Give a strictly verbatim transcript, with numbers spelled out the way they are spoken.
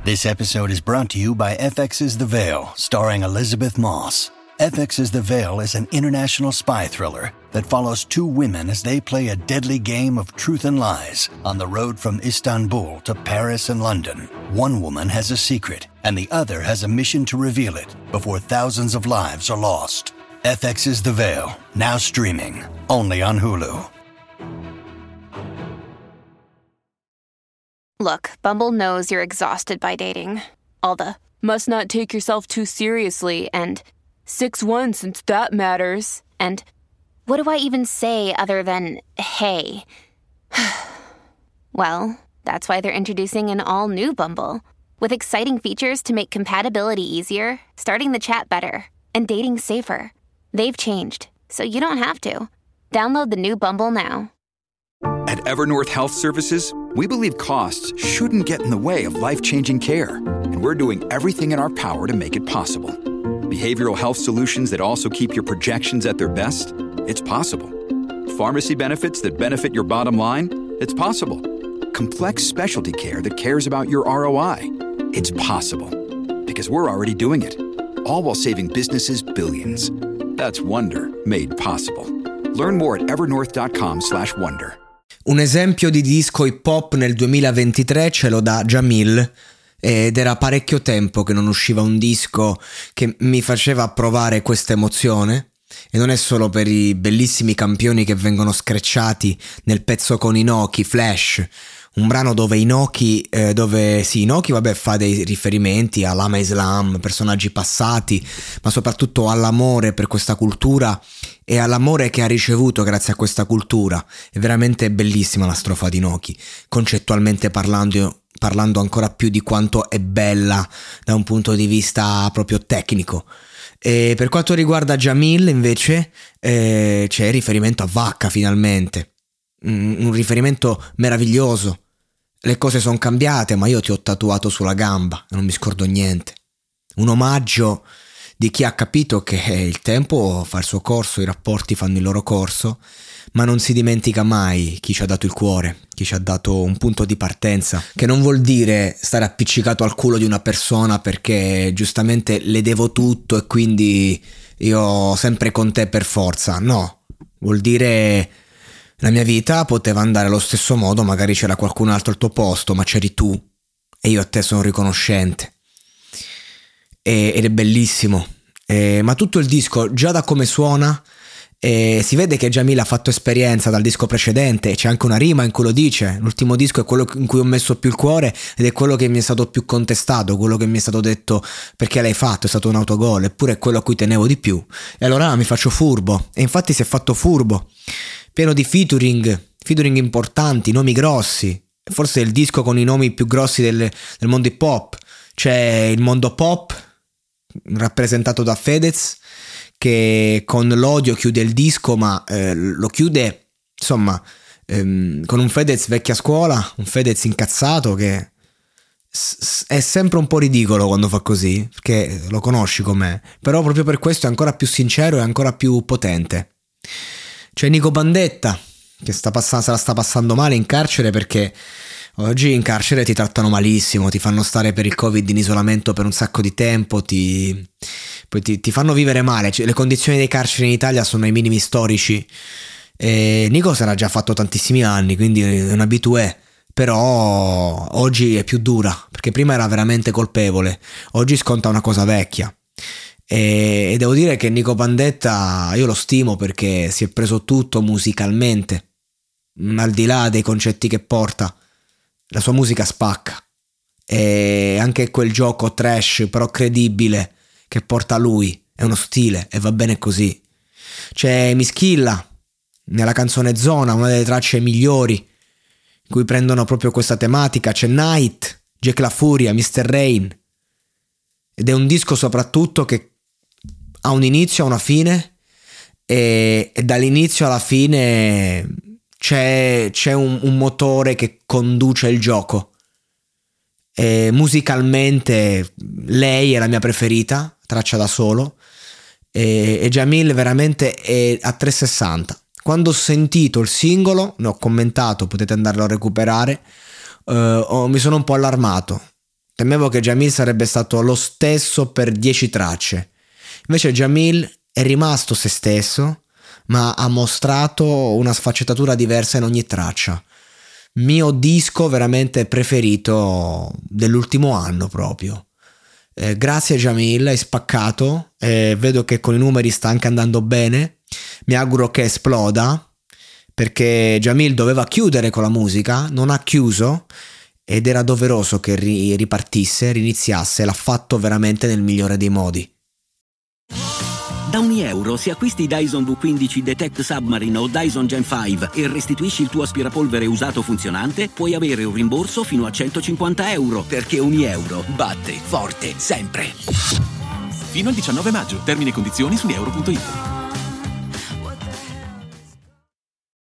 This episode is brought to you by F X's The Veil, starring Elizabeth Moss. F X's The Veil is an international spy thriller that follows two women as they play a deadly game of truth and lies on the road from Istanbul to Paris and London. One woman has a secret, and the other has a mission to reveal it before thousands of lives are lost. F X's The Veil, now streaming, only on Hulu. Look, Bumble knows you're exhausted by dating. All the, must not take yourself too seriously, and six one since that matters. And what do I even say other than, hey? Well, that's why they're introducing an all-new Bumble, with exciting features to make compatibility easier, starting the chat better, and dating safer. They've changed, so you don't have to. Download the new Bumble now. At Evernorth Health Services, we believe costs shouldn't get in the way of life-changing care, and we're doing everything in our power to make it possible. Behavioral health solutions that also keep your projections at their best? It's possible. Pharmacy benefits that benefit your bottom line? It's possible. Complex specialty care that cares about your R O I? It's possible. Because we're already doing it. All while saving businesses billions. That's Wonder made possible. Learn more at evernorth.com slash wonder. Un esempio di disco hip hop nel duemilaventitré ce lo dà Jamil, ed era parecchio tempo che non usciva un disco che mi faceva provare questa emozione, e non è solo per i bellissimi campioni che vengono screcciati nel pezzo con Inoki, Flash, un brano dove Inoki, eh, dove sì, Inoki vabbè fa dei riferimenti a Lama Islam, personaggi passati, ma soprattutto all'amore per questa cultura e all'amore che ha ricevuto grazie a questa cultura. È veramente bellissima la strofa di Inoki, concettualmente parlando, parlando ancora più di quanto è bella da un punto di vista proprio tecnico. E per quanto riguarda Jamil invece eh, c'è riferimento a Vacca finalmente, un, un riferimento meraviglioso. Le cose sono cambiate, ma io ti ho tatuato sulla gamba e non mi scordo niente. Un omaggio di chi ha capito che il tempo fa il suo corso, i rapporti fanno il loro corso, ma non si dimentica mai chi ci ha dato il cuore, chi ci ha dato un punto di partenza, che non vuol dire stare appiccicato al culo di una persona perché giustamente le devo tutto e quindi io sempre con te per forza. No, vuol dire la mia vita poteva andare allo stesso modo, magari c'era qualcun altro al tuo posto, ma c'eri tu e io a te sono riconoscente. E, ed è bellissimo. E, ma tutto il disco, già da come suona, e si vede che Jamil ha fatto esperienza dal disco precedente, c'è anche una rima in cui lo dice. L'ultimo disco è quello in cui ho messo più il cuore ed è quello che mi è stato più contestato, quello che mi è stato detto perché l'hai fatto, è stato un autogol, eppure è quello a cui tenevo di più. E allora mi faccio furbo, e infatti si è fatto furbo, pieno di featuring, featuring importanti, nomi grossi, forse è il disco con i nomi più grossi del, del mondo hip hop. C'è il mondo pop rappresentato da Fedez, che con l'odio chiude il disco, ma eh, lo chiude insomma ehm, con un Fedez vecchia scuola, un Fedez incazzato che s- è sempre un po' ridicolo quando fa così, perché lo conosci com'è, però proprio per questo è ancora più sincero e ancora più potente. C'è Nico Bandetta che sta passando, se la sta passando male in carcere, perché oggi in carcere ti trattano malissimo, ti fanno stare per il Covid in isolamento per un sacco di tempo, ti, poi ti, ti fanno vivere male. Cioè, le condizioni dei carceri in Italia sono ai minimi storici. E Nico se l'ha già fatto tantissimi anni, quindi è un abitué, però oggi è più dura, perché prima era veramente colpevole, oggi sconta una cosa vecchia. E, e devo dire che Nico Bandetta io lo stimo perché si è preso tutto musicalmente, al di là dei concetti che porta. La sua musica spacca, e anche quel gioco trash però credibile che porta lui è uno stile e va bene così. C'è Mischilla nella canzone Zona, una delle tracce migliori in cui prendono proprio questa tematica. C'è Night, Jack La Furia, mister Rain, ed è un disco soprattutto che ha un inizio, ha una fine, e, e dall'inizio alla fine c'è, c'è un, un motore che conduce il gioco. E musicalmente lei è la mia preferita, traccia da solo, e, e Jamil veramente è a trecentosessanta. Quando ho sentito il singolo, ne ho commentato, potete andarlo a recuperare, eh, oh, mi sono un po' allarmato, Temevo che Jamil sarebbe stato lo stesso per dieci tracce. Invece Jamil è rimasto se stesso, ma ha mostrato una sfaccettatura diversa in ogni traccia. Mio disco veramente preferito dell'ultimo anno proprio. Eh, grazie Jamil, hai spaccato, eh, vedo che con i numeri sta anche andando bene. Mi auguro che esploda, perché Jamil doveva chiudere con la musica, non ha chiuso ed era doveroso che ri- ripartisse, riniziasse, l'ha fatto veramente nel migliore dei modi. Da ogni euro, se acquisti Dyson V quindici Detect Submarine o Dyson Gen cinque e restituisci il tuo aspirapolvere usato funzionante, puoi avere un rimborso fino a centocinquanta euro, perché ogni euro batte forte sempre. Fino al diciannove maggio. Termini e condizioni su euro punto it.